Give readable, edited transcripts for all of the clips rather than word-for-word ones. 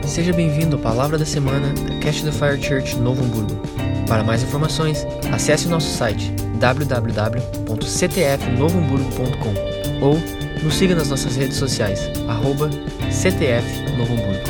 Seja bem-vindo à Palavra da Semana da Cash the Fire Church Novo Hamburgo. Para mais informações, acesse o nosso site www.ctfnovohamburgo.com ou nos siga nas nossas redes sociais, @CTFNovoHamburgo.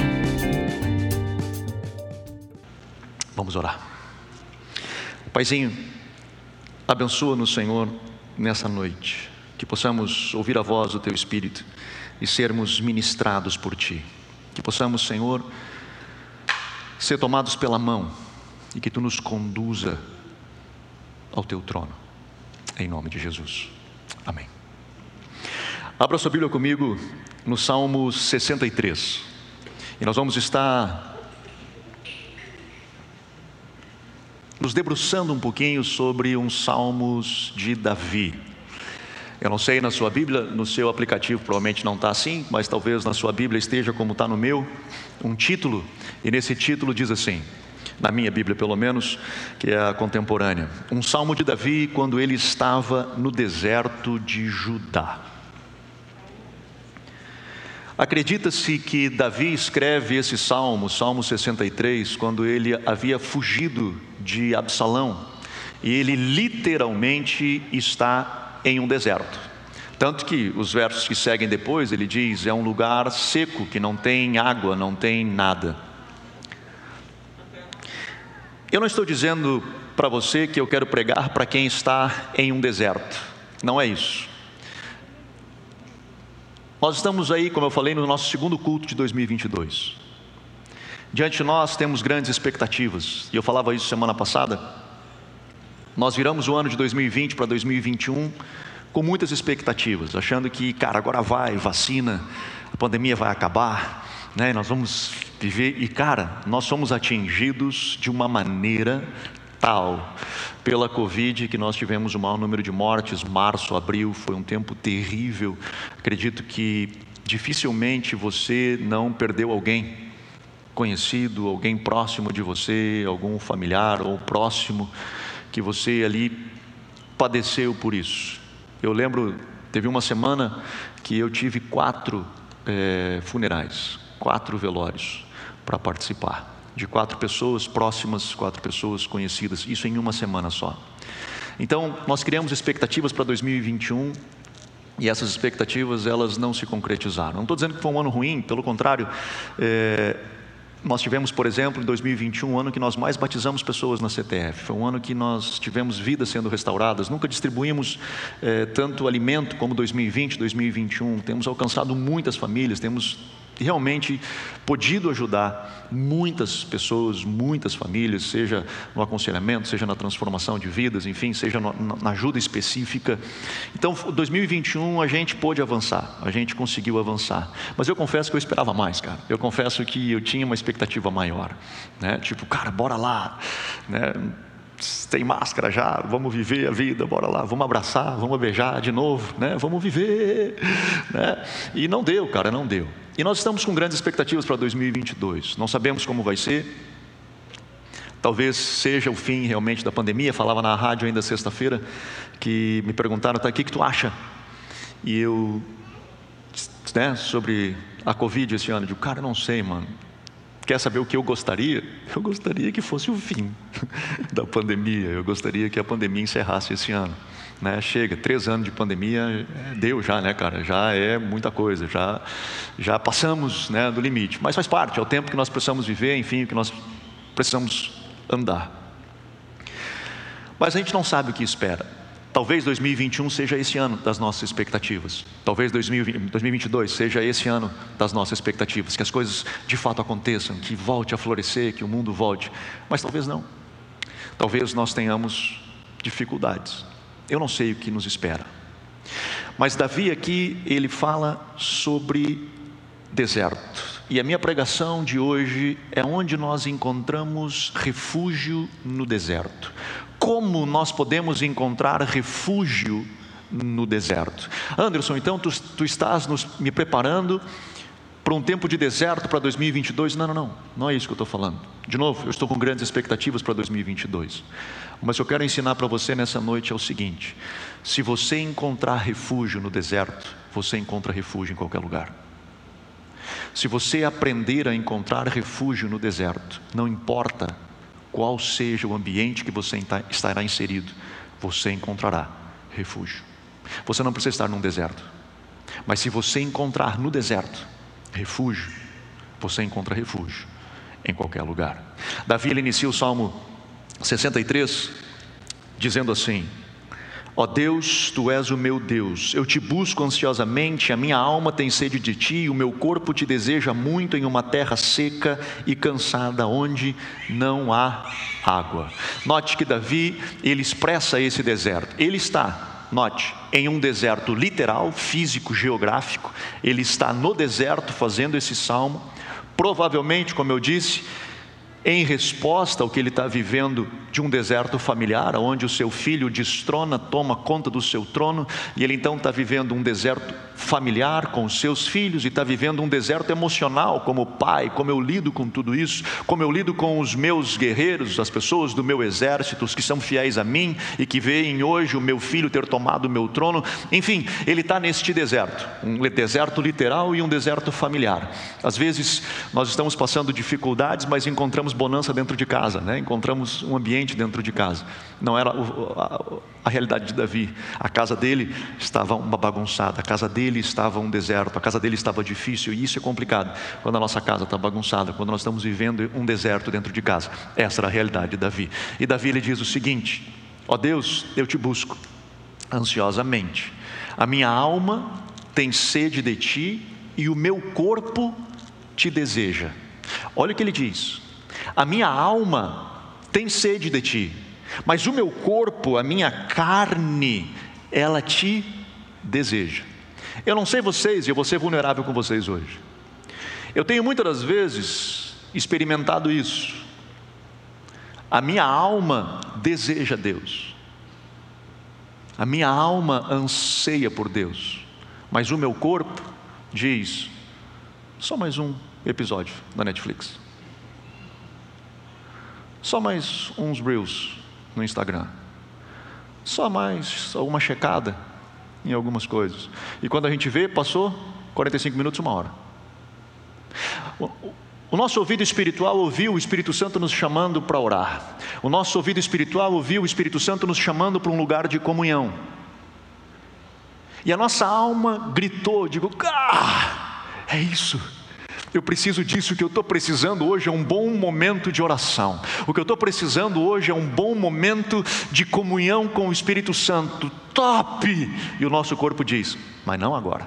Vamos orar. Paizinho, abençoa-nos, Senhor, nessa noite, que possamos ouvir a voz do Teu Espírito e sermos ministrados por Ti. Que possamos, Senhor, ser tomados pela mão e que Tu nos conduza ao Teu trono, em nome de Jesus. Amém. Abra sua Bíblia comigo no Salmo 63 e nós vamos estar nos debruçando um pouquinho sobre uns salmos de Davi. Eu não sei na sua Bíblia, no seu aplicativo provavelmente não está assim, mas talvez na sua Bíblia esteja como está no meu, um título, e nesse título diz assim, na minha Bíblia pelo menos, que é a contemporânea: um salmo de Davi quando ele estava no deserto de Judá. Acredita-se que Davi escreve esse salmo, Salmo 63, quando ele havia fugido de Absalão, e ele literalmente está em um deserto. Tanto que os versos que seguem depois, ele diz, é um lugar seco, que não tem água, não tem nada. Eu não estou dizendo para você que eu quero pregar para quem está em um deserto. Não é isso. Nós estamos aí, como eu falei, no nosso segundo culto de 2022. Diante de nós temos grandes expectativas. E eu falava isso semana passada. Nós viramos o ano de 2020 para 2021 com muitas expectativas, achando que, cara, agora vai, vacina, a pandemia vai acabar, né? Nós vamos viver, e cara, nós somos atingidos de uma maneira tal pela Covid que nós tivemos o maior número de mortes. Março, abril, foi um tempo terrível. Acredito que dificilmente você não perdeu alguém conhecido, alguém próximo de você, algum familiar ou próximo, que você ali padeceu por isso. Eu lembro, teve uma semana que eu tive 4 funerais, 4 velórios para participar, de 4 pessoas próximas, 4 pessoas conhecidas, isso em uma semana só. Então, nós criamos expectativas para 2021 e essas expectativas, elas não se concretizaram. Não estou dizendo que foi um ano ruim, pelo contrário, nós tivemos, por exemplo, em 2021, um ano que nós mais batizamos pessoas na CTF. Foi um ano que nós tivemos vidas sendo restauradas. Nunca distribuímos tanto alimento como 2020, 2021. Temos alcançado muitas famílias, temos realmente podido ajudar muitas pessoas, muitas famílias, seja no aconselhamento, seja na transformação de vidas, enfim, seja na ajuda específica. Então, 2021 a gente pôde avançar, a gente conseguiu avançar, mas eu confesso que eu esperava mais, cara. Eu confesso que eu tinha uma expectativa maior, né? Tipo, cara, bora lá, né? Tem máscara já, vamos viver a vida, bora lá, vamos abraçar, vamos beijar de novo, né? Vamos viver, né? E não deu, cara, não deu. E nós estamos com grandes expectativas para 2022, não sabemos como vai ser, talvez seja o fim realmente da pandemia. Falava na rádio ainda sexta-feira, que me perguntaram, tá, o que tu acha? E eu, né, sobre a Covid esse ano, eu digo, cara, eu não sei, mano. Quer saber o que eu gostaria? Eu gostaria que fosse o fim da pandemia. Eu gostaria que a pandemia encerrasse esse ano, né? Chega, 3 anos de pandemia, deu já, né, cara? Já é muita coisa, já passamos, né, do limite. Mas faz parte, é o tempo que nós precisamos viver, enfim, que nós precisamos andar. Mas a gente não sabe o que espera. Talvez 2021 seja esse ano das nossas expectativas. Talvez 2022 seja esse ano das nossas expectativas. Que as coisas de fato aconteçam, que volte a florescer, que o mundo volte. Mas talvez não. Talvez nós tenhamos dificuldades. Eu não sei o que nos espera. Mas Davi aqui, ele fala sobre deserto. E a minha pregação de hoje é onde nós encontramos refúgio no deserto. Como nós podemos encontrar refúgio no deserto? Anderson, então tu estás me preparando para um tempo de deserto para 2022? Não é isso que eu estou falando. De novo, eu estou com grandes expectativas para 2022. Mas o que eu quero ensinar para você nessa noite é o seguinte: se você encontrar refúgio no deserto, você encontra refúgio em qualquer lugar. Se você aprender a encontrar refúgio no deserto, não importa qual seja o ambiente que você estará inserido, você encontrará refúgio. Você não precisa estar num deserto, mas se você encontrar no deserto refúgio, você encontra refúgio em qualquer lugar. Davi, ele inicia o Salmo 63 dizendo assim: ó Deus, Tu és o meu Deus, eu Te busco ansiosamente, a minha alma tem sede de Ti, o meu corpo Te deseja muito em uma terra seca e cansada, onde não há água. Note que Davi, ele expressa esse deserto. Ele está, note, em um deserto literal, físico, geográfico. Ele está no deserto fazendo esse salmo, provavelmente, como eu disse, em resposta ao que ele está vivendo de um deserto familiar, onde o seu filho destrona, toma conta do seu trono, e ele então está vivendo um deserto familiar com os seus filhos, e está vivendo um deserto emocional como pai. Como eu lido com tudo isso, como eu lido com os meus guerreiros, as pessoas do meu exército, os que são fiéis a mim, e que veem hoje o meu filho ter tomado o meu trono. Enfim, ele está neste deserto, um deserto literal e um deserto familiar. Às vezes nós estamos passando dificuldades, mas encontramos bonança dentro de casa, né? Encontramos um ambiente dentro de casa. Não era a realidade de Davi. A casa dele estava uma bagunçada, a casa dele estava um deserto, a casa dele estava difícil, e isso é complicado quando a nossa casa está bagunçada, quando nós estamos vivendo um deserto dentro de casa. Essa era a realidade de Davi. E Davi, ele diz o seguinte: ó Deus, eu Te busco ansiosamente, a minha alma tem sede de Ti e o meu corpo Te deseja. Olha o que ele diz: a minha alma tem sede de Ti, mas o meu corpo, a minha carne, ela Te deseja. Eu não sei vocês, e eu vou ser vulnerável com vocês hoje. Eu tenho muitas das vezes experimentado isso. A minha alma deseja Deus, a minha alma anseia por Deus, mas o meu corpo diz: só mais um episódio da Netflix, só mais uns Reels no Instagram, só mais uma checada em algumas coisas. E quando a gente vê, passou 45 minutos, uma hora. O nosso ouvido espiritual ouviu o Espírito Santo nos chamando para orar. O nosso ouvido espiritual ouviu o Espírito Santo nos chamando para um lugar de comunhão. E a nossa alma gritou, é isso. Eu preciso disso. O que eu estou precisando hoje é um bom momento de oração. O que eu estou precisando hoje é um bom momento de comunhão com o Espírito Santo. Top! E o nosso corpo diz: mas não agora.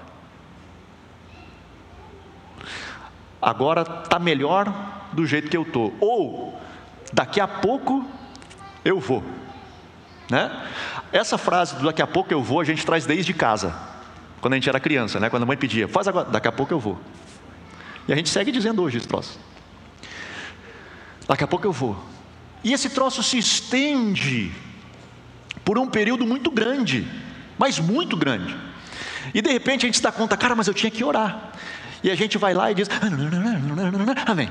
Agora está melhor do jeito que eu estou. Ou daqui a pouco eu vou, né? Essa frase do daqui a pouco eu vou, a gente traz desde casa, quando a gente era criança, né? Quando a mãe pedia: faz agora, daqui a pouco eu vou. E a gente segue dizendo hoje esse troço: daqui a pouco eu vou. E esse troço se estende por um período muito grande, mas muito grande. E de repente a gente se dá conta: cara, mas eu tinha que orar. E a gente vai lá e diz: amém.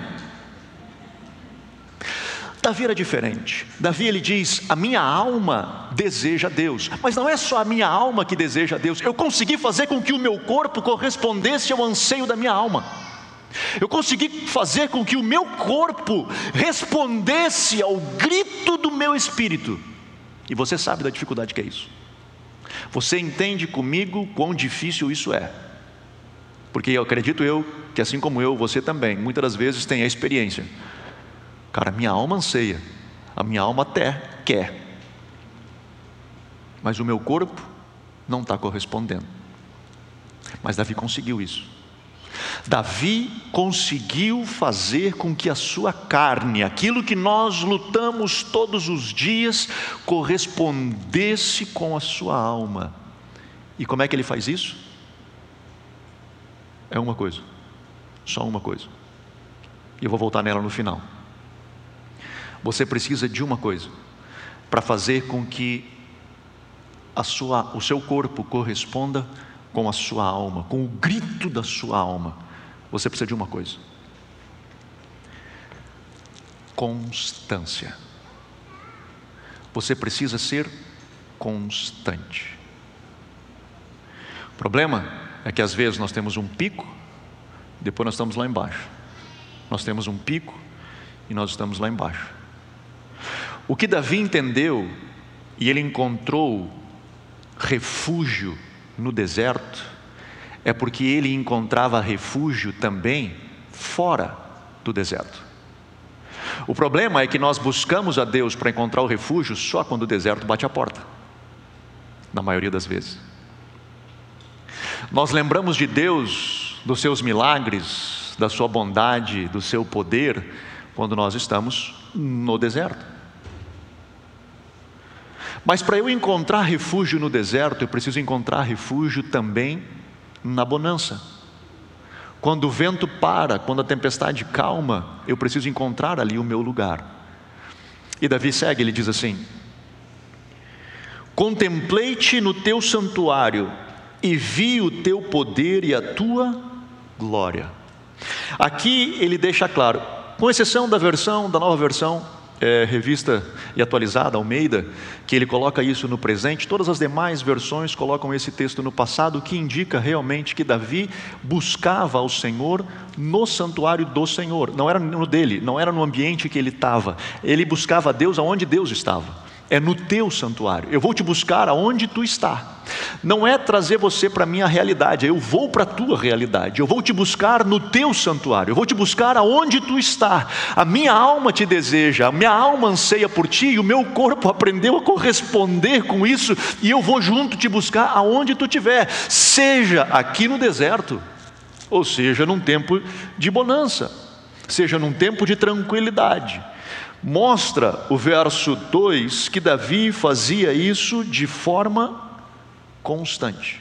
Davi era diferente. Davi, ele diz: a minha alma deseja Deus. Mas não é só a minha alma que deseja Deus. Eu consegui fazer com que o meu corpo correspondesse ao anseio da minha alma. Eu consegui fazer com que o meu corpo respondesse ao grito do meu espírito. E você sabe da dificuldade que é isso. Você entende comigo quão difícil isso é. Porque eu acredito que assim como eu, você também, muitas das vezes tem a experiência. Cara, minha alma anseia, a minha alma até quer, mas o meu corpo não está correspondendo. Mas Davi conseguiu isso. Davi conseguiu fazer com que a sua carne, aquilo que nós lutamos todos os dias, correspondesse com a sua alma. E como é que ele faz isso? É uma coisa, só uma coisa, e eu vou voltar nela no final. Você precisa de uma coisa para fazer com que o seu corpo corresponda com a sua alma, com o grito da sua alma. Você precisa de uma coisa: constância. Você precisa ser constante. O problema é que às vezes nós temos um pico depois nós estamos lá embaixo. Nós temos um pico e nós estamos lá embaixo. O que Davi entendeu, e ele encontrou refúgio no deserto, é porque ele encontrava refúgio também fora do deserto. O problema é que nós buscamos a Deus para encontrar o refúgio só quando o deserto bate a porta, na maioria das vezes. Nós lembramos de Deus, dos seus milagres, da sua bondade, do seu poder, quando nós estamos no deserto. Mas para eu encontrar refúgio no deserto, eu preciso encontrar refúgio também na bonança. Quando o vento para, quando a tempestade calma, eu preciso encontrar ali o meu lugar. E Davi segue, ele diz assim: contemplei-te no teu santuário e vi o teu poder e a tua glória. Aqui ele deixa claro, com exceção da nova versão revista e atualizada, Almeida, que ele coloca isso no presente, todas as demais versões colocam esse texto no passado, o que indica realmente que Davi buscava ao Senhor no santuário do Senhor. Não era no dele, não era no ambiente que ele estava. Ele buscava a Deus aonde Deus estava. É no teu santuário. Eu vou te buscar aonde tu está. Não é trazer você para a minha realidade, eu vou para a tua realidade. Eu vou te buscar no teu santuário, eu vou te buscar aonde tu está. A minha alma te deseja, a minha alma anseia por ti, e o meu corpo aprendeu a corresponder com isso, e eu vou junto te buscar aonde tu estiver, seja aqui no deserto, ou seja num tempo de bonança, seja num tempo de tranquilidade. Mostra o verso 2 que Davi fazia isso de forma constante.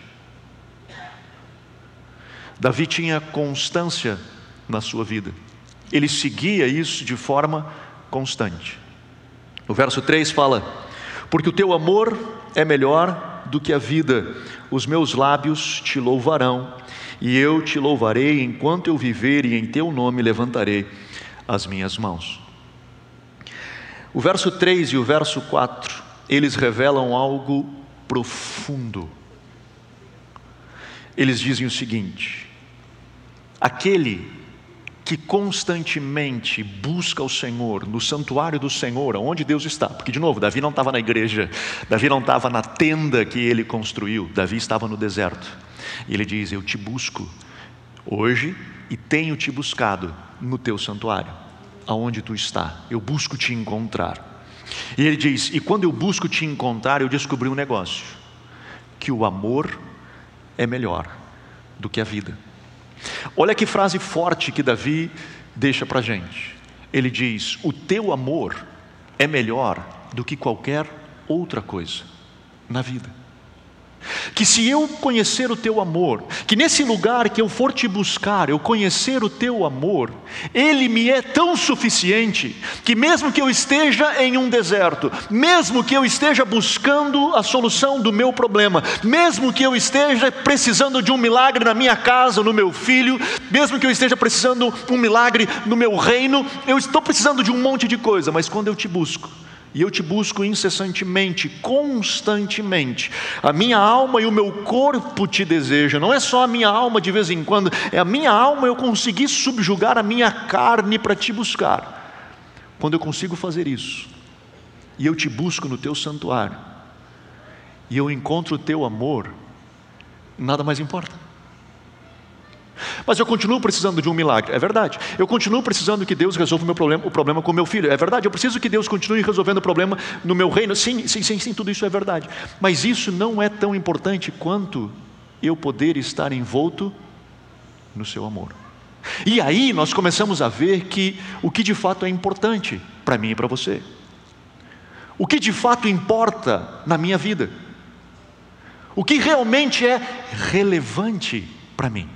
Davi tinha constância na sua vida. Ele seguia isso de forma constante. O verso 3 fala: porque o teu amor é melhor do que a vida, os meus lábios te louvarão, e eu te louvarei enquanto eu viver, e em teu nome levantarei as minhas mãos. O verso 3 e o verso 4, eles revelam algo profundo. Eles dizem o seguinte: aquele que constantemente busca o Senhor, no santuário do Senhor, onde Deus está, porque de novo, Davi não estava na igreja, Davi não estava na tenda que ele construiu, Davi estava no deserto, e ele diz: eu te busco hoje e tenho te buscado no teu santuário, aonde tu está, eu busco te encontrar. E ele diz: e quando eu busco te encontrar, eu descobri um negócio, que o amor é melhor do que a vida. Olha que frase forte que Davi deixa para a gente. Ele diz: o teu amor é melhor do que qualquer outra coisa na vida. Que se eu conhecer o teu amor, que nesse lugar que eu for te buscar, eu conhecer o teu amor, ele me é tão suficiente, que mesmo que eu esteja em um deserto, mesmo que eu esteja buscando a solução do meu problema, mesmo que eu esteja precisando de um milagre na minha casa, no meu filho, mesmo que eu esteja precisando de um milagre no meu reino, eu estou precisando de um monte de coisa, mas quando eu te busco, e eu te busco incessantemente, constantemente, a minha alma e o meu corpo te desejam. Não é só a minha alma de vez em quando, é a minha alma. Eu consegui subjugar a minha carne para te buscar. Quando eu consigo fazer isso, e eu te busco no teu santuário, e eu encontro o teu amor, nada mais importa. Mas eu continuo precisando de um milagre, é verdade. Eu continuo precisando que Deus resolva o problema com o meu filho, é verdade. Eu preciso que Deus continue resolvendo o problema no meu reino, sim, tudo isso é verdade. Mas isso não é tão importante quanto eu poder estar envolto no seu amor. E aí nós começamos a ver que o que de fato é importante para mim e para você, o que de fato importa na minha vida, o que realmente é relevante para mim.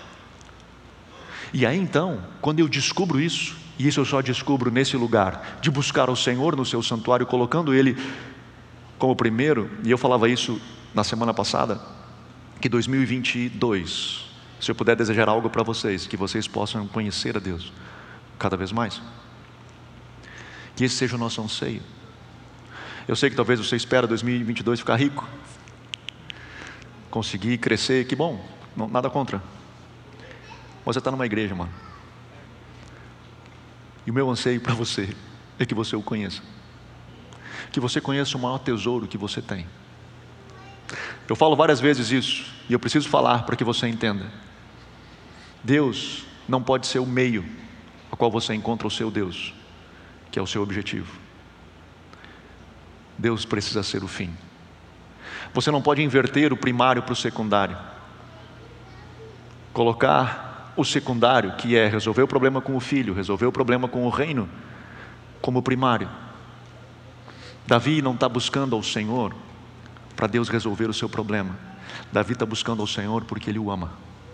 E aí então, quando eu descubro isso, e isso eu só descubro nesse lugar, de buscar ao Senhor no seu santuário, colocando Ele como primeiro, e eu falava isso na semana passada, que 2022, se eu puder desejar algo para vocês, que vocês possam conhecer a Deus cada vez mais, que esse seja o nosso anseio. Eu sei que talvez você espera 2022 ficar rico, conseguir crescer, que bom, nada contra. Você está numa igreja, mano. E o meu anseio para você é que você o conheça. Que você conheça o maior tesouro que você tem. Eu falo várias vezes isso, e eu preciso falar para que você entenda. Deus não pode ser o meio a qual você encontra o seu Deus, que é o seu objetivo. Deus precisa ser o fim. Você não pode inverter o primário para o secundário. Colocar o secundário, que é resolver o problema com o filho, resolver o problema com o reino, como primário. Davi não está buscando ao Senhor para Deus resolver o seu problema. Davi está buscando ao Senhor porque Ele o ama.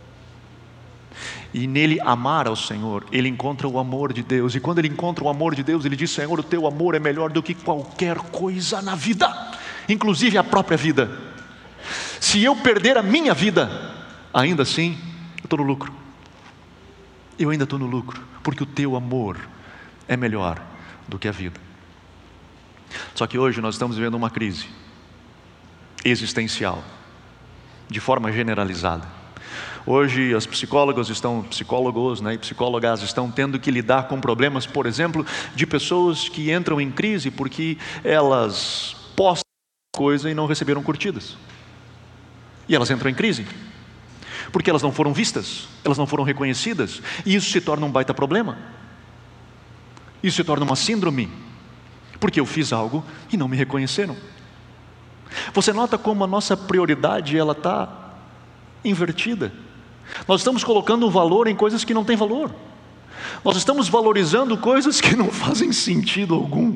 E nele amar ao Senhor, ele encontra o amor de Deus. E quando ele encontra o amor de Deus, ele diz: Senhor, o teu amor é melhor do que qualquer coisa na vida, inclusive a própria vida. Se eu perder a minha vida, ainda assim eu estou no lucro. Eu ainda estou no lucro, porque o teu amor é melhor do que a vida. Só que hoje nós estamos vivendo uma crise existencial, de forma generalizada. Hoje as psicólogos e psicólogas estão tendo que lidar com problemas, por exemplo, de pessoas que entram em crise porque elas postam coisa e não receberam curtidas. E elas entram em crise porque elas não foram vistas, elas não foram reconhecidas, e isso se torna um baita problema. Isso se torna uma síndrome, porque eu fiz algo e não me reconheceram. Você nota como a nossa prioridade ela está invertida. Nós estamos colocando um valor em coisas que não têm valor. Nós estamos valorizando coisas que não fazem sentido algum.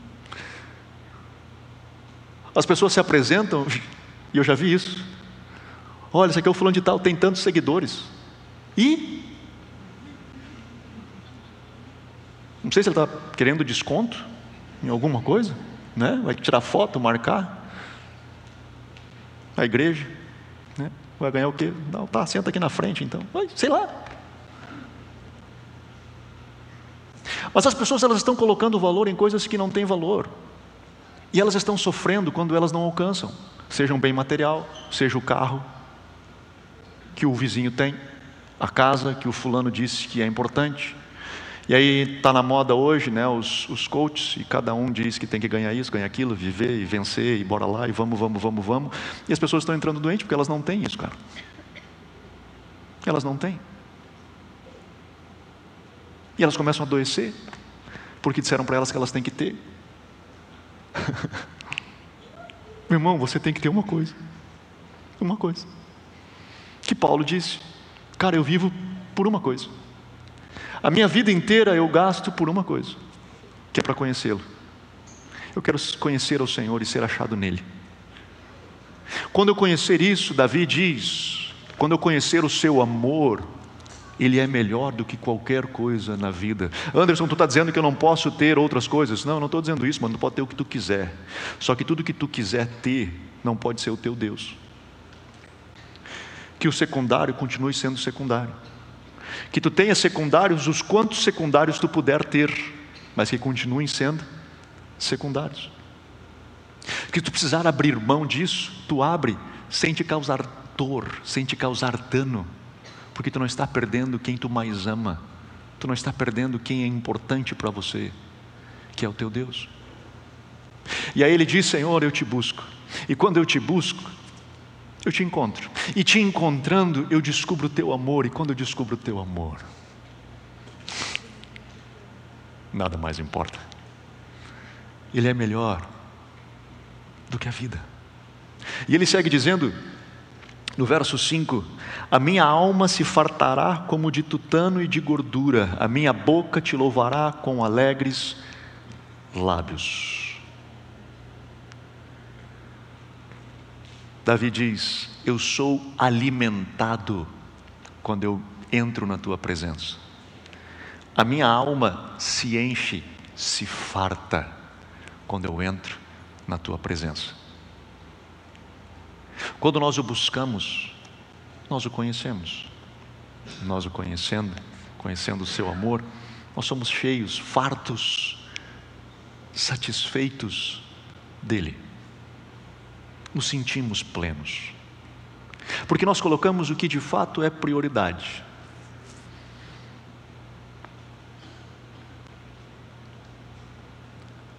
As pessoas se apresentam, e eu já vi isso. Olha, esse aqui é o fulano de tal, tem tantos seguidores. E? Não sei se ele está querendo desconto em alguma coisa, né? Vai tirar foto, marcar a igreja, né? Vai ganhar o quê? Não, tá, senta aqui na frente então. Sei lá. Mas as pessoas elas estão colocando valor em coisas que não têm valor. E elas estão sofrendo quando elas não alcançam. Seja um bem material, seja o carro que o vizinho tem, a casa que o fulano disse que é importante. E aí está na moda hoje, né, os coaches, e cada um diz que tem que ganhar isso, ganhar aquilo, viver e vencer, e bora lá, e vamos. E as pessoas estão entrando doentes porque elas não têm isso, cara. Elas não têm. E elas começam a adoecer, porque disseram para elas que elas têm que ter. Meu irmão, você tem que ter uma coisa. Uma coisa. Que Paulo disse: cara, eu vivo por uma coisa. A minha vida inteira eu gasto por uma coisa, que é para conhecê-lo. Eu quero conhecer ao Senhor e ser achado nele. Quando eu conhecer isso, Davi diz, quando eu conhecer o seu amor, ele é melhor do que qualquer coisa na vida. Anderson, tu está dizendo que eu não posso ter outras coisas? Não estou dizendo isso, mano. Tu pode ter o que tu quiser. Só que tudo que tu quiser ter, não pode ser o teu Deus. Que o secundário continue sendo secundário. Que tu tenha secundários, os quantos secundários tu puder ter, mas que continuem sendo secundários. Que tu precisar abrir mão disso, tu abre, sem te causar dor, sem te causar dano, porque tu não está perdendo quem tu mais ama, tu não está perdendo quem é importante para você, que é o teu Deus. E aí ele diz: Senhor, eu te busco, e quando eu te busco, eu te encontro, e te encontrando eu descubro o teu amor, e quando eu descubro o teu amor, nada mais importa. Ele é melhor do que a vida. E ele segue dizendo no verso 5: a minha alma se fartará como de tutano e de gordura, a minha boca te louvará com alegres lábios. Davi diz: eu sou alimentado quando eu entro na tua presença. A minha alma se enche, se farta quando eu entro na tua presença. Quando nós o buscamos, nós o conhecemos. Nós o conhecendo o seu amor, nós somos cheios, fartos, satisfeitos dele. Nos sentimos plenos, porque nós colocamos o que de fato é prioridade.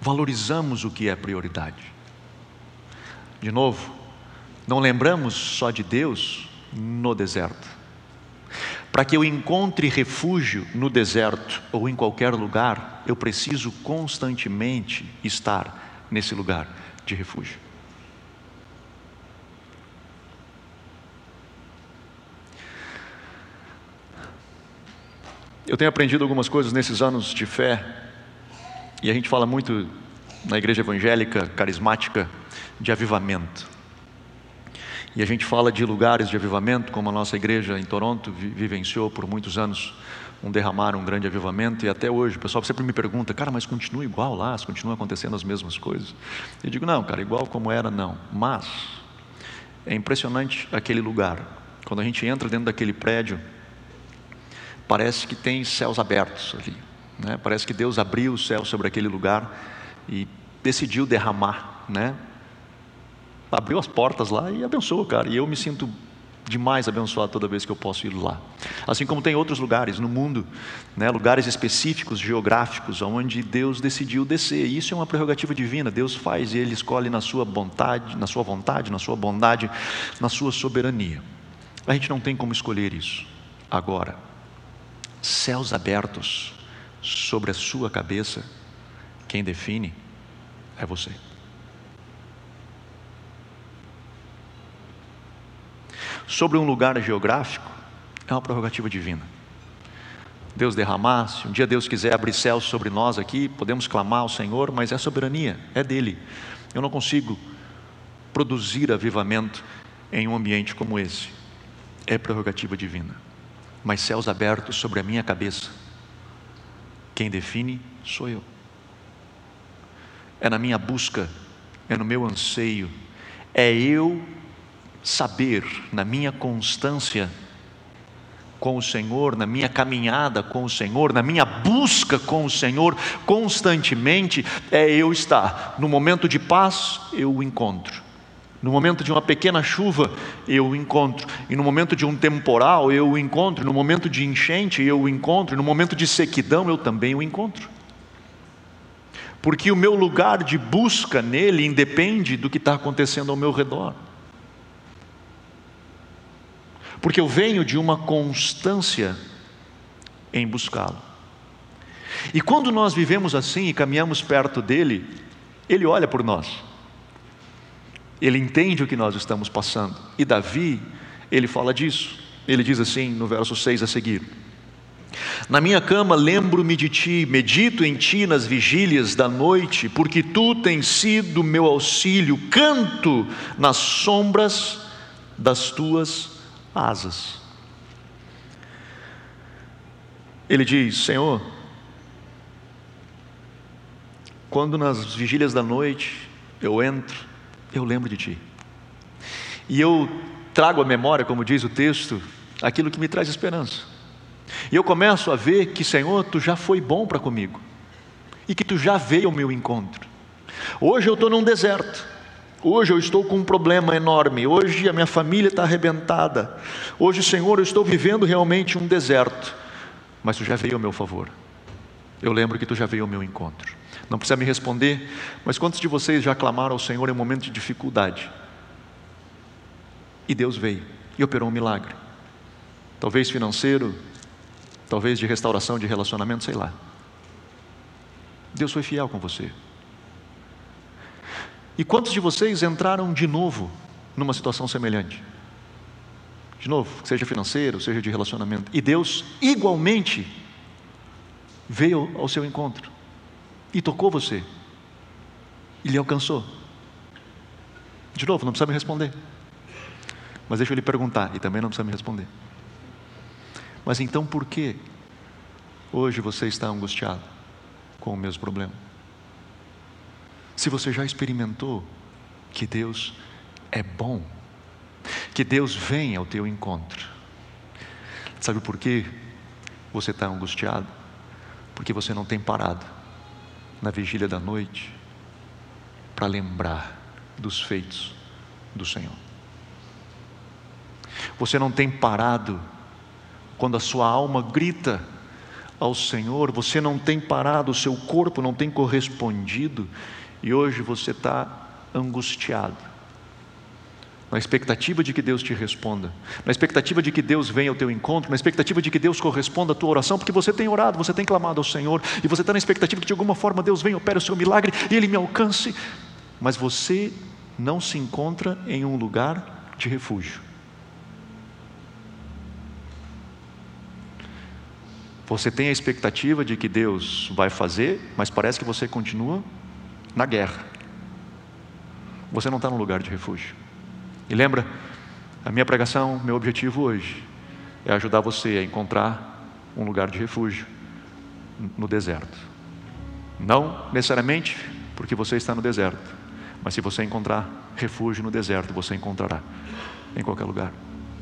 valorizamos o que é prioridade. De novo, não lembramos só de Deus no deserto. Para que eu encontre refúgio no deserto ou em qualquer lugar, eu preciso constantemente estar nesse lugar de refúgio. Eu tenho aprendido algumas coisas nesses anos de fé, e a gente fala muito na igreja evangélica, carismática, de avivamento. E a gente fala de lugares de avivamento, como a nossa igreja em Toronto vivenciou por muitos anos um grande avivamento, e até hoje o pessoal sempre me pergunta, cara, mas continua igual lá, continuam acontecendo as mesmas coisas? Eu digo, não, cara, igual como era, não. Mas é impressionante aquele lugar. Quando a gente entra dentro daquele prédio, parece que tem céus abertos ali, né? Parece que Deus abriu o céu sobre aquele lugar e decidiu derramar, né? Abriu as portas lá e abençoou, cara. E eu me sinto demais abençoado toda vez que eu posso ir lá. Assim como tem outros lugares no mundo, né? Lugares específicos, geográficos, onde Deus decidiu descer. E isso é uma prerrogativa divina. Deus faz e Ele escolhe na sua vontade, na sua bondade, na sua soberania. A gente não tem como escolher isso. Agora, céus abertos sobre a sua cabeça, quem define é você. Sobre um lugar geográfico, é uma prerrogativa divina. Deus derramar, se um dia Deus quiser abrir céus sobre nós aqui, podemos clamar ao Senhor, mas é soberania, é dele. Eu não consigo produzir avivamento em um ambiente como esse. É prerrogativa divina. Mas céus abertos sobre a minha cabeça, quem define sou eu. É na minha busca, é no meu anseio, é eu saber, na minha constância com o Senhor, na minha caminhada com o Senhor, na minha busca com o Senhor, constantemente, é eu estar. No momento de paz, eu o encontro. No momento de uma pequena chuva, eu o encontro. E no momento de um temporal, eu o encontro. No momento de enchente, eu o encontro. No momento de sequidão, eu também o encontro. Porque o meu lugar de busca nele independe do que está acontecendo ao meu redor. Porque eu venho de uma constância em buscá-lo. E quando nós vivemos assim e caminhamos perto dele, ele olha por nós. Ele entende o que nós estamos passando. E Davi, ele fala disso. Ele diz assim no verso 6 a seguir: na minha cama lembro-me de ti, medito em ti nas vigílias da noite, porque tu tens sido meu auxílio, canto nas sombras das tuas asas. Ele diz: Senhor, quando nas vigílias da noite eu entro, eu lembro de ti. E eu trago à memória, como diz o texto, aquilo que me traz esperança. E eu começo a ver que, Senhor, tu já foi bom para comigo. E que tu já veio ao meu encontro. Hoje eu estou num deserto. Hoje eu estou com um problema enorme. Hoje a minha família está arrebentada. Hoje, Senhor, eu estou vivendo realmente um deserto. Mas tu já veio ao meu favor. Eu lembro que tu já veio ao meu encontro. Não precisa me responder, mas quantos de vocês já clamaram ao Senhor em um momento de dificuldade? E Deus veio e operou um milagre. Talvez financeiro, talvez de restauração de relacionamento, sei lá. Deus foi fiel com você. E quantos de vocês entraram de novo numa situação semelhante? De novo, seja financeiro, seja de relacionamento. E Deus igualmente veio ao seu encontro e tocou você e lhe alcançou. De novo, não precisa me responder, mas deixa eu lhe perguntar, e também não precisa me responder. Mas então por que hoje você está angustiado com o mesmo problema? Se você já experimentou que Deus é bom, que Deus vem ao teu encontro. Sabe por que você está angustiado? Porque você não tem parado na vigília da noite para lembrar dos feitos do Senhor. Você não tem parado quando a sua alma grita ao Senhor, você não tem parado, o seu corpo não tem correspondido, e hoje você está angustiado, na expectativa de que Deus te responda, na expectativa de que Deus venha ao teu encontro, na expectativa de que Deus corresponda à tua oração, porque você tem orado, você tem clamado ao Senhor, e você está na expectativa que de alguma forma Deus venha, opere o seu milagre, e Ele me alcance, mas você não se encontra em um lugar de refúgio. Você tem a expectativa de que Deus vai fazer, mas parece que você continua na guerra. Você não está num lugar de refúgio. E lembra, a minha pregação, meu objetivo hoje é ajudar você a encontrar um lugar de refúgio no deserto. Não necessariamente porque você está no deserto, mas se você encontrar refúgio no deserto, você encontrará em qualquer lugar.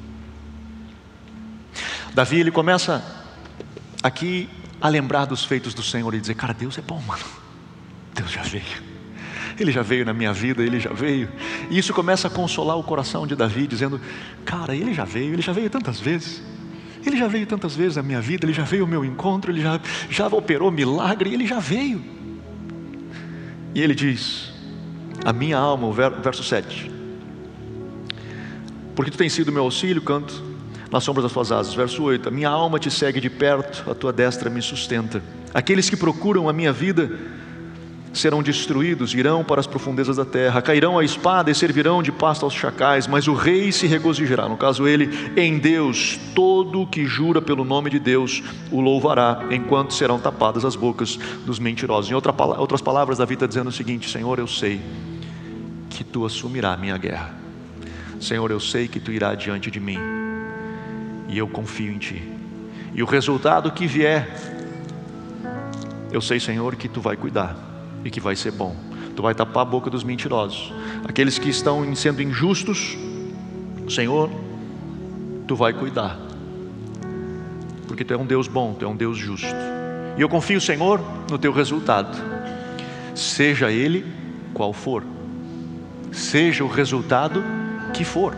Davi, ele começa aqui a lembrar dos feitos do Senhor e dizer: cara, Deus é bom, mano. Deus já veio. Ele já veio na minha vida, Ele já veio. E isso começa a consolar o coração de Davi, dizendo: cara, Ele já veio tantas vezes. Ele já veio tantas vezes na minha vida, Ele já veio ao meu encontro, Ele já operou milagre, Ele já veio. E ele diz: a minha alma, o verso 7, porque tu tens sido meu auxílio, canto nas sombras das tuas asas. Verso 8, a minha alma te segue de perto, a tua destra me sustenta. Aqueles que procuram a minha vida serão destruídos, irão para as profundezas da terra, cairão a espada e servirão de pasto aos chacais, mas o rei se regozijará, no caso ele, em Deus. Todo o que jura pelo nome de Deus o louvará, enquanto serão tapadas as bocas dos mentirosos. Em outras palavras, Davi está dizendo o seguinte: Senhor, eu sei que tu assumirá a minha guerra. Senhor, eu sei que tu irá diante de mim, e eu confio em ti, e o resultado que vier, eu sei, Senhor, que tu vai cuidar, e que vai ser bom. Tu vai tapar a boca dos mentirosos, aqueles que estão sendo injustos. Senhor, tu vai cuidar, porque tu é um Deus bom, tu é um Deus justo, e eu confio, Senhor, no teu resultado, seja ele qual for, seja o resultado que for.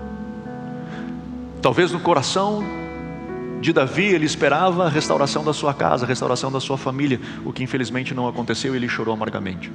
Talvez no coração de Davi ele esperava a restauração da sua casa, a restauração da sua família, o que infelizmente não aconteceu, e ele chorou amargamente.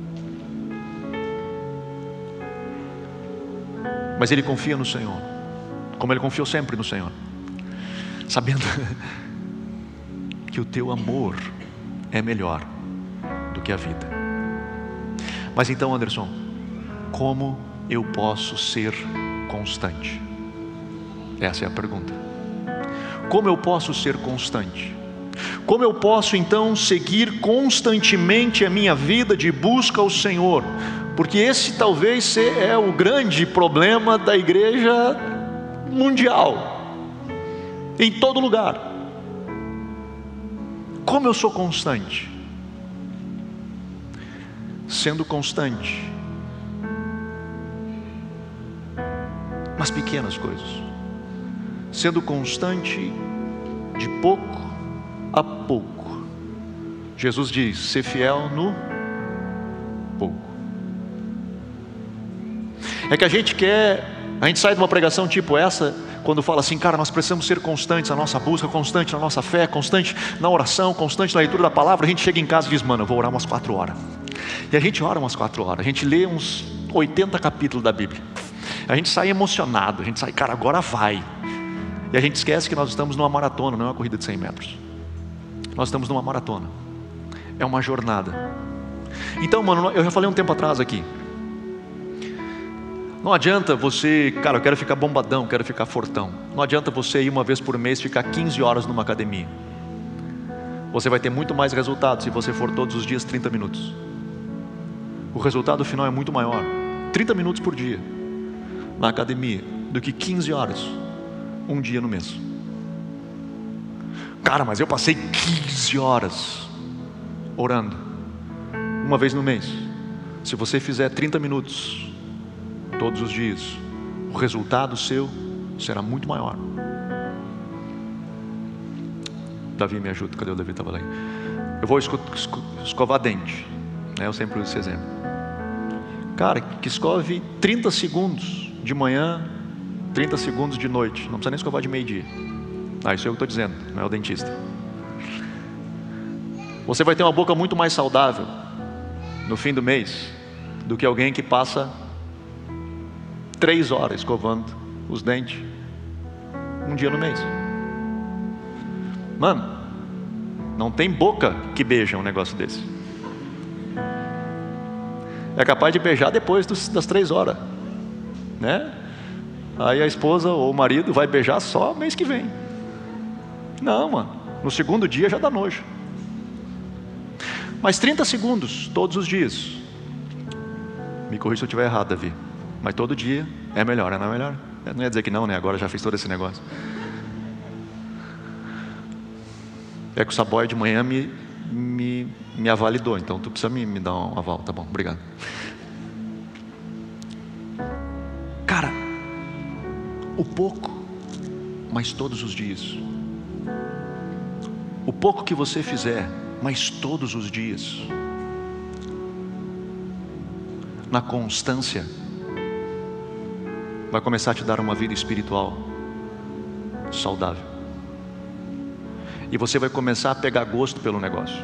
Mas ele confia no Senhor, como ele confiou sempre no Senhor, sabendo que o teu amor é melhor do que a vida. Mas então, Anderson, como eu posso ser constante? Essa é a pergunta. Como eu posso ser constante? Como eu posso então seguir constantemente a minha vida de busca ao Senhor? Porque esse talvez é o grande problema da igreja mundial, em todo lugar. Como eu sou constante? Sendo constante nas pequenas coisas, sendo constante de pouco a pouco. Jesus diz: ser fiel no pouco. É que a gente sai de uma pregação tipo essa, quando fala assim: cara, nós precisamos ser constantes na nossa busca, constante na nossa fé, constante na oração, constante na leitura da palavra. A gente chega em casa e diz: mano, eu vou orar umas 4 horas. E a gente ora umas 4 horas, a gente lê uns 80 capítulos da Bíblia, a gente sai emocionado, a gente sai, cara, agora vai. E a gente esquece que nós estamos numa maratona, não é uma corrida de 100 metros. Nós estamos numa maratona, é uma jornada. Então, mano, eu já falei um tempo atrás aqui, não adianta você, cara, eu quero ficar bombadão, quero ficar fortão. Não adianta você ir uma vez por mês ficar 15 horas numa academia. Você vai ter muito mais resultado se você for todos os dias 30 minutos. O resultado final é muito maior, 30 minutos por dia na academia, do que 15 horas um dia no mês. Cara, mas eu passei 15 horas orando uma vez no mês. Se você fizer 30 minutos todos os dias, o resultado seu será muito maior. Davi, me ajuda, cadê o Davi? Estava lá. Eu vou escovar dente, né? Eu sempre uso esse exemplo. Cara, que escove 30 segundos de manhã, 30 segundos de noite. Não precisa nem escovar de meio-dia. Isso é o que eu estou dizendo, não é o dentista. Você vai ter uma boca muito mais saudável no fim do mês do que alguém que passa 3 horas escovando os dentes um dia no mês. Mano, não tem boca que beija um negócio desse. É capaz de beijar depois das 3 horas, né? Aí a esposa ou o marido vai beijar só mês que vem. Não, mano, no segundo dia já dá nojo. Mas 30 segundos, todos os dias. Me corrija se eu estiver errado, Davi. Mas todo dia é melhor, não é melhor? Eu não ia dizer que não, né? Agora já fiz todo esse negócio. É que o Saboia de manhã me avalidou. Então tu precisa me dar um aval. Tá bom, obrigado. Cara, o pouco, mas todos os dias. O pouco que você fizer, mas todos os dias, na constância, vai começar a te dar uma vida espiritual saudável. E você vai começar a pegar gosto pelo negócio.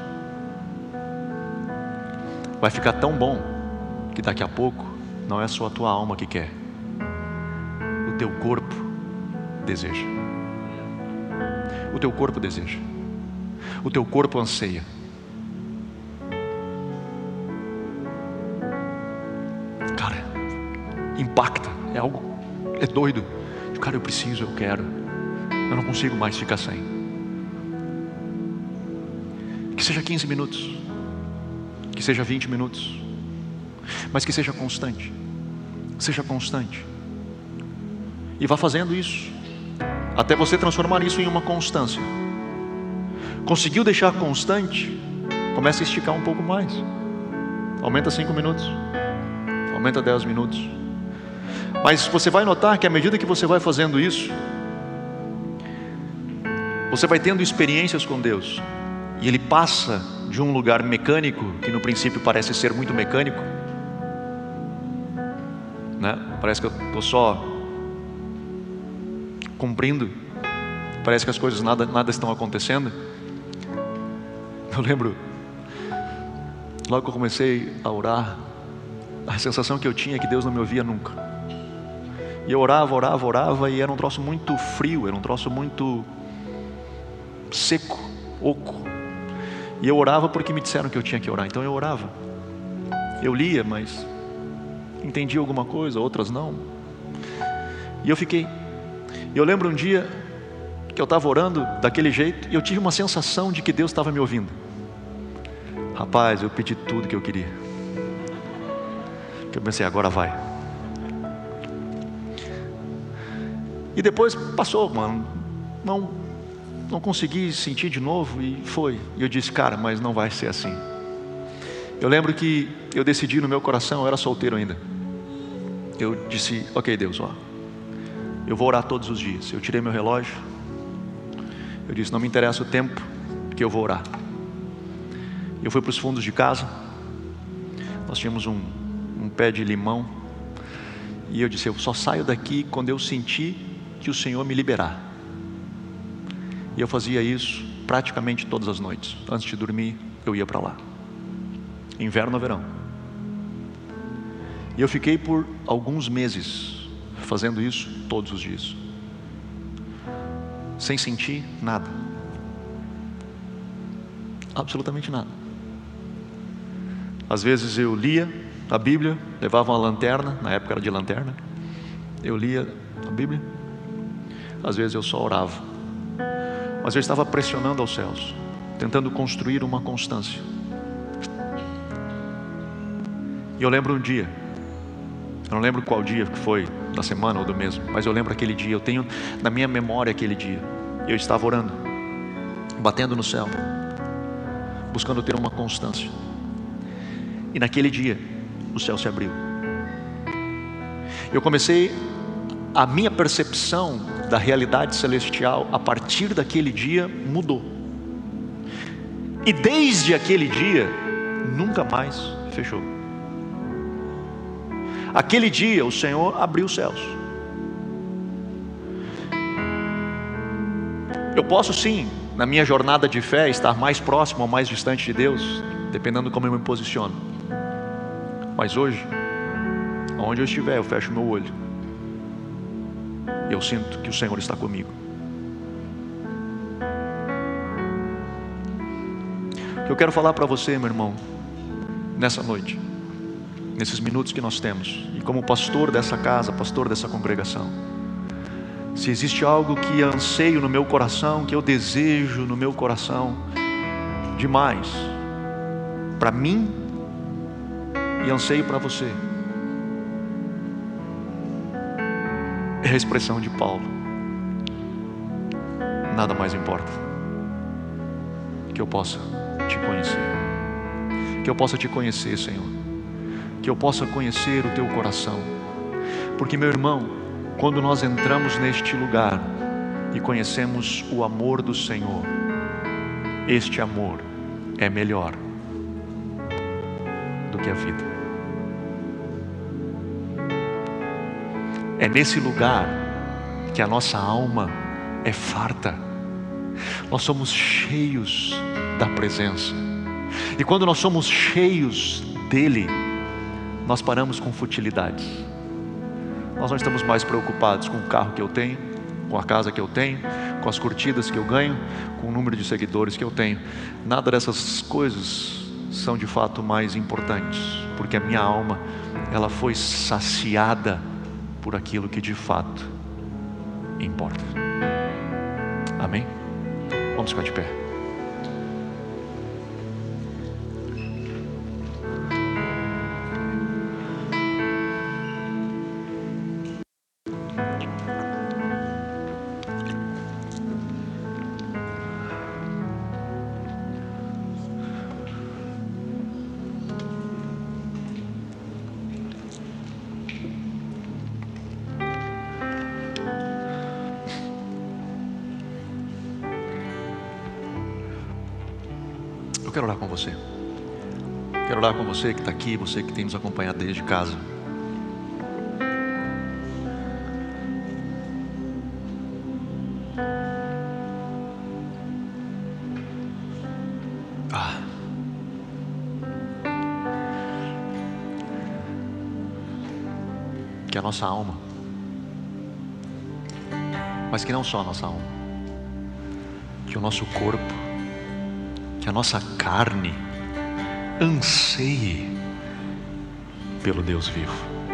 Vai ficar tão bom que daqui a pouco não é só a tua alma que quer, o teu corpo deseja. O teu corpo deseja. O teu corpo anseia. Cara, impacta. É algo, é doido. Cara, eu preciso, eu quero. Eu não consigo mais ficar sem. Que seja 15 minutos, que seja 20 minutos, mas que seja constante. Seja constante. E vá fazendo isso até você transformar isso em uma constância. Conseguiu deixar constante? Comece a esticar um pouco mais. Aumenta 5 minutos, aumenta 10 minutos. Mas você vai notar que à medida que você vai fazendo isso, você vai tendo experiências com Deus. E Ele passa de um lugar mecânico, que no princípio parece ser muito mecânico, né? Parece que eu estou só cumprindo, parece que as coisas nada estão acontecendo. Eu lembro, logo que eu comecei a orar, a sensação que eu tinha é que Deus não me ouvia nunca. E eu orava, e era um troço muito frio, era um troço muito seco, oco. E eu orava porque me disseram que eu tinha que orar, então eu orava. Eu lia, mas entendia alguma coisa, outras não. E eu fiquei. E eu lembro um dia que eu estava orando daquele jeito, e eu tive uma sensação de que Deus estava me ouvindo. Rapaz, eu pedi tudo que eu queria. Que eu pensei, agora vai. E depois passou, mano. Não consegui sentir de novo e foi. E eu disse, cara, mas não vai ser assim. Eu lembro que eu decidi no meu coração, eu era solteiro ainda. Eu disse, ok Deus, ó, eu vou orar todos os dias. Eu tirei meu relógio. Eu disse, não me interessa o tempo que eu vou orar. Eu fui para os fundos de casa. Nós tínhamos um pé de limão. E eu disse, eu só saio daqui quando eu sentir que o Senhor me liberar. E eu fazia isso praticamente todas as noites. Antes de dormir, eu ia para lá. Inverno ou verão. E eu fiquei por alguns meses fazendo isso todos os dias, sem sentir nada, absolutamente nada. Às vezes eu lia a Bíblia, levava uma lanterna, na época era de lanterna, eu lia a Bíblia. Às vezes eu só orava, mas eu estava pressionando aos céus, tentando construir uma constância. E eu lembro um dia, eu não lembro qual dia que foi, da semana ou do mês, mas eu lembro aquele dia, eu tenho na minha memória aquele dia. Eu estava orando, batendo no céu, buscando ter uma constância. E naquele dia, o céu se abriu. Eu comecei, a minha percepção da realidade celestial, a partir daquele dia, mudou. E desde aquele dia, nunca mais fechou. Aquele dia o Senhor abriu os céus. Eu posso sim na minha jornada de fé, estar mais próximo ou mais distante de Deus, dependendo de como eu me posiciono. Mas hoje, onde eu estiver, eu fecho meu olho. Eu sinto que o Senhor está comigo. O que eu quero falar para você, meu irmão, nessa noite, nesses minutos que nós temos, e como pastor dessa casa, pastor dessa congregação, se existe algo que anseio no meu coração, que eu desejo no meu coração demais, para mim e anseio para você, é a expressão de Paulo: nada mais importa que eu possa te conhecer, que eu possa te conhecer, Senhor, que eu possa conhecer o teu coração. Porque, meu irmão, quando nós entramos neste lugar e conhecemos o amor do Senhor, este amor é melhor do que a vida. É nesse lugar que a nossa alma é farta. Nós somos cheios da presença. E quando nós somos cheios dele, nós paramos com futilidades. Nós não estamos mais preocupados com o carro que eu tenho, com a casa que eu tenho, com as curtidas que eu ganho, com o número de seguidores que eu tenho. Nada dessas coisas são de fato mais importantes, porque a minha alma, ela foi saciada por aquilo que de fato importa. Amém? Vamos ficar de pé. Eu quero orar com você. Quero orar com você que está aqui, você que tem nos acompanhado desde casa. Que a nossa alma, mas que não só a nossa alma, que o nosso corpo, que a nossa carne anseie pelo Deus vivo.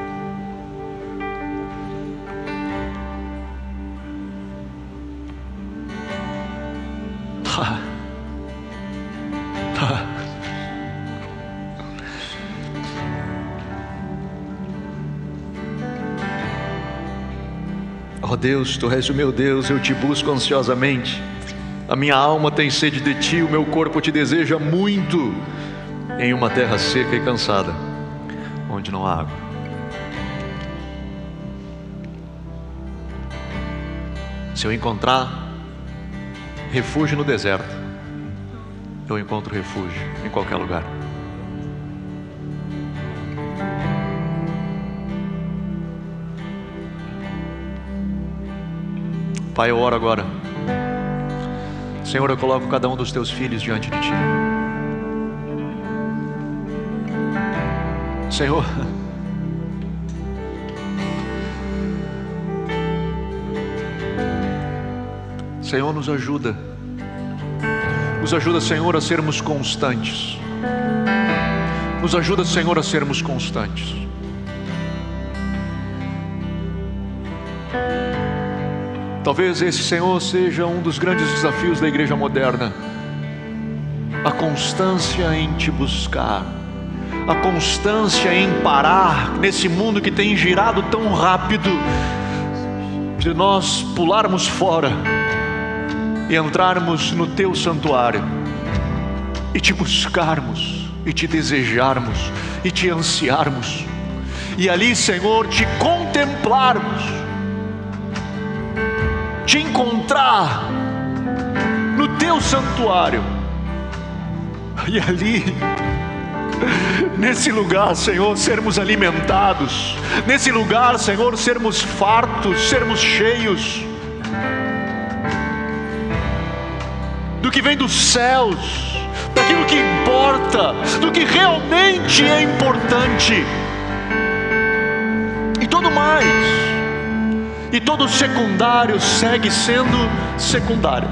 Oh Deus, Tu és o meu Deus, eu Te busco ansiosamente. A minha alma tem sede de Ti, o meu corpo Te deseja muito, em uma terra seca e cansada, onde não há água. Se eu encontrar refúgio no deserto, eu encontro refúgio em qualquer lugar. Pai, eu oro agora. Senhor, eu coloco cada um dos Teus filhos diante de Ti. Senhor, Senhor, nos ajuda. Nos ajuda, Senhor, a sermos constantes. Nos ajuda, Senhor, a sermos constantes. Talvez esse, Senhor, seja um dos grandes desafios da igreja moderna. A constância em Te buscar. A constância em parar nesse mundo que tem girado tão rápido, de nós pularmos fora e entrarmos no Teu santuário e Te buscarmos, e Te desejarmos, e Te ansiarmos, e ali, Senhor, Te contemplarmos, Te encontrar no Teu santuário, e ali, nesse lugar, Senhor, sermos alimentados, nesse lugar, Senhor, sermos fartos, sermos cheios. do que vem dos céus, daquilo que importa, do que realmente é importante. E tudo mais, e todo secundário segue sendo secundário.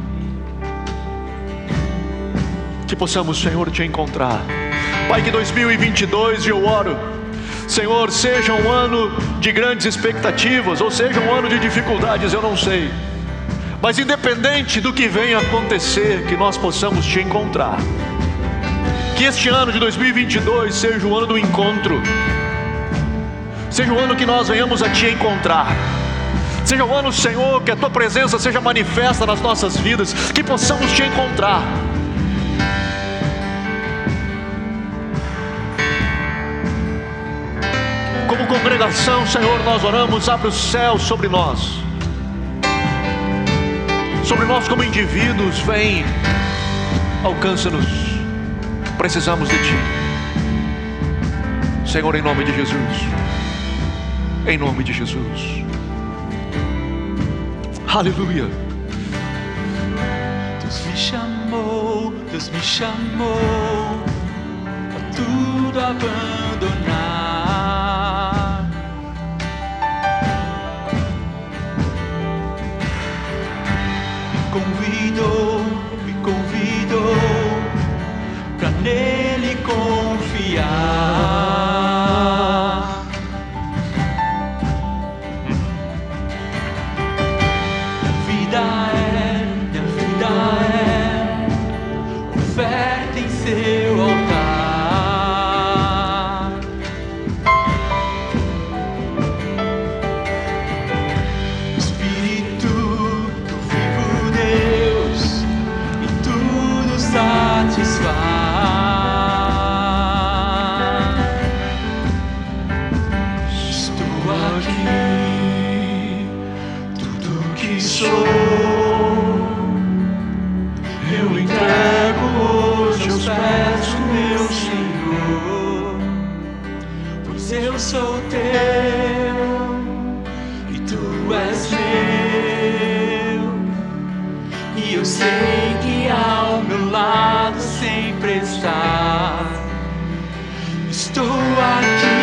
Que possamos, Senhor, te encontrar. Pai, que 2022, eu oro, Senhor, seja um ano de grandes expectativas, ou seja um ano de dificuldades, eu não sei. Mas independente do que venha acontecer, que nós possamos te encontrar. Que este ano de 2022 seja o ano do encontro. Seja o ano que nós venhamos a te encontrar. Seja o ano, Senhor, que a tua presença seja manifesta nas nossas vidas, que possamos te encontrar. Como congregação, Senhor, nós oramos, abre o céu sobre nós. Sobre nós como indivíduos, vem, alcança-nos. Precisamos de Ti. Senhor, em nome de Jesus. Em nome de Jesus. Aleluia. Deus me chamou a tudo abandonar. Me convidou pra nele confiar. Minha vida é oferta em seu altar. Espírito do vivo Deus em tudo satisfaz. Estou aqui, tudo que sou eu entrego hoje aos pés do meu Senhor, pois eu sou teu e tu és meu, e eu sei que ao meu lado sempre está. Estou aqui,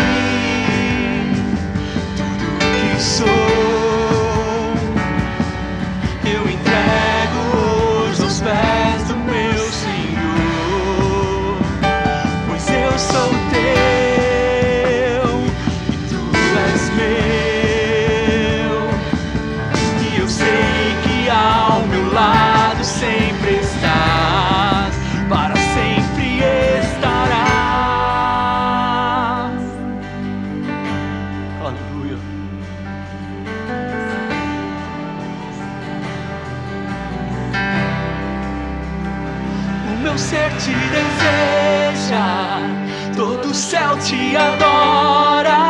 tudo que sou eu entrego hoje aos pés do meu Senhor, pois eu sou teu e tu és meu, e eu sei que ao meu lado sempre estás, para sempre estarás. Aleluia. O meu ser te deseja, todo o céu te adora.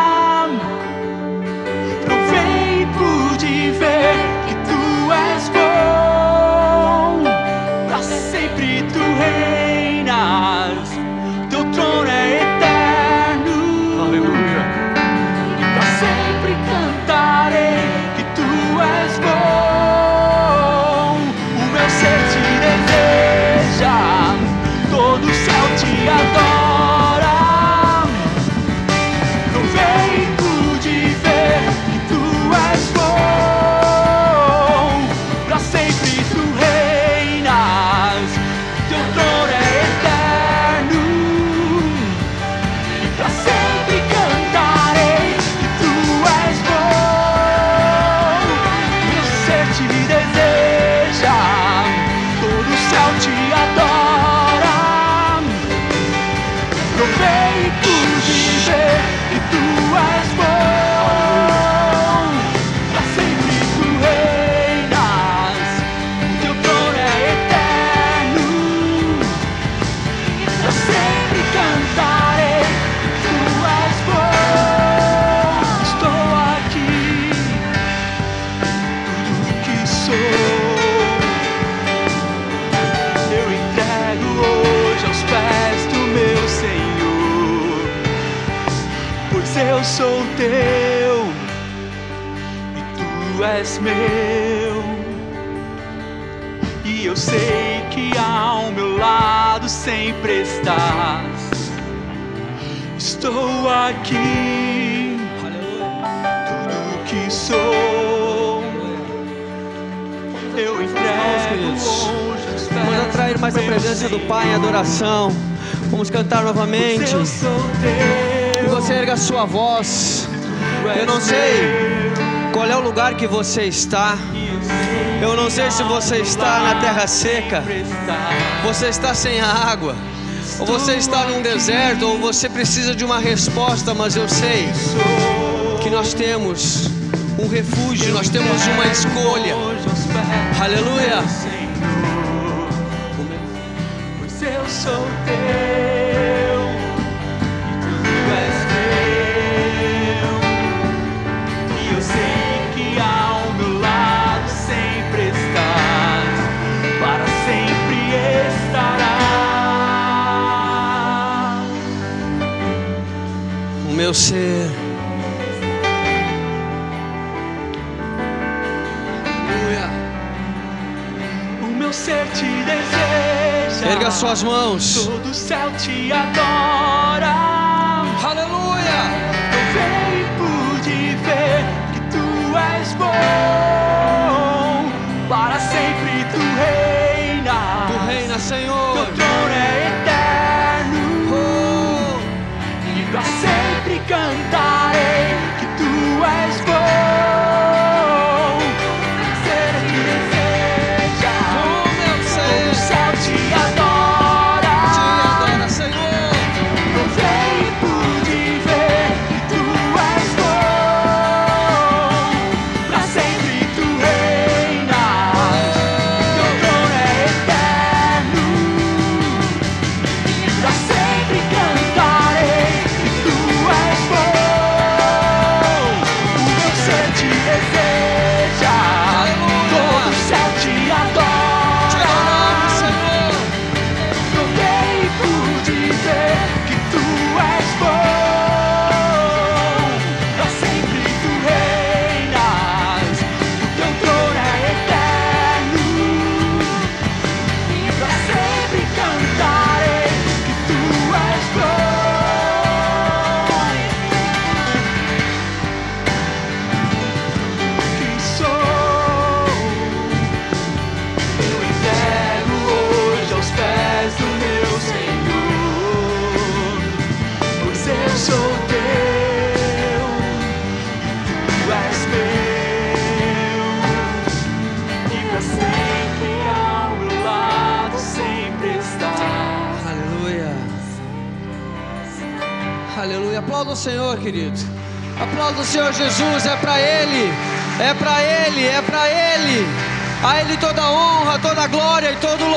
Provei e pude ver que tu és bom, pra sempre tu reinas, teu trono é eterno. Aleluia. E pra sempre cantarei que tu és bom. O meu ser te deseja, todo o céu te adora. Provei e pude ver que tu és bom, pra sempre tu reinas, teu trono é eterno. E pra sempre cantarei que tu és bom. Meu ser te deseja, todo o céu te adora. Provei e pude ver que tu és bom, pra sempre tu reinas, teu trono é eterno. Pra sempre cantarei que tu és bom. Estou aqui, tudo que sou eu entrego hoje aos pés do meu Senhor, pois eu sou teu e tu és meu, e E eu sei que ao meu lado sempre estás. Estou aqui, tudo que sou eu entrego hoje aos pés. Vamos atrair mais a presença do Pai em adoração. Vamos cantar novamente. Eu sou teu. E você erga a sua voz. Eu não sei qual é o lugar que você está. Eu não sei se você está na terra seca, você está sem a água, ou você está num deserto, ou você precisa de uma resposta, mas eu sei que nós temos um refúgio, nós temos uma escolha. Aleluia. Pois eu sou teu e tu és meu. E eu sei que ao meu lado sempre estás, para sempre estarás. O meu ser. Ser te deseja, erga suas mãos. todo o céu te adora. Aleluia. Eu vi e pude ver que tu és bom, para sempre tu reinas. Tu reinas, Senhor. Teu trono é eterno, e para sempre cantarei que tu és bom. Aleluia, aplauda o Senhor, querido. Aplauda o Senhor Jesus, é para Ele, é para Ele, é para Ele. A Ele toda honra, toda glória e todo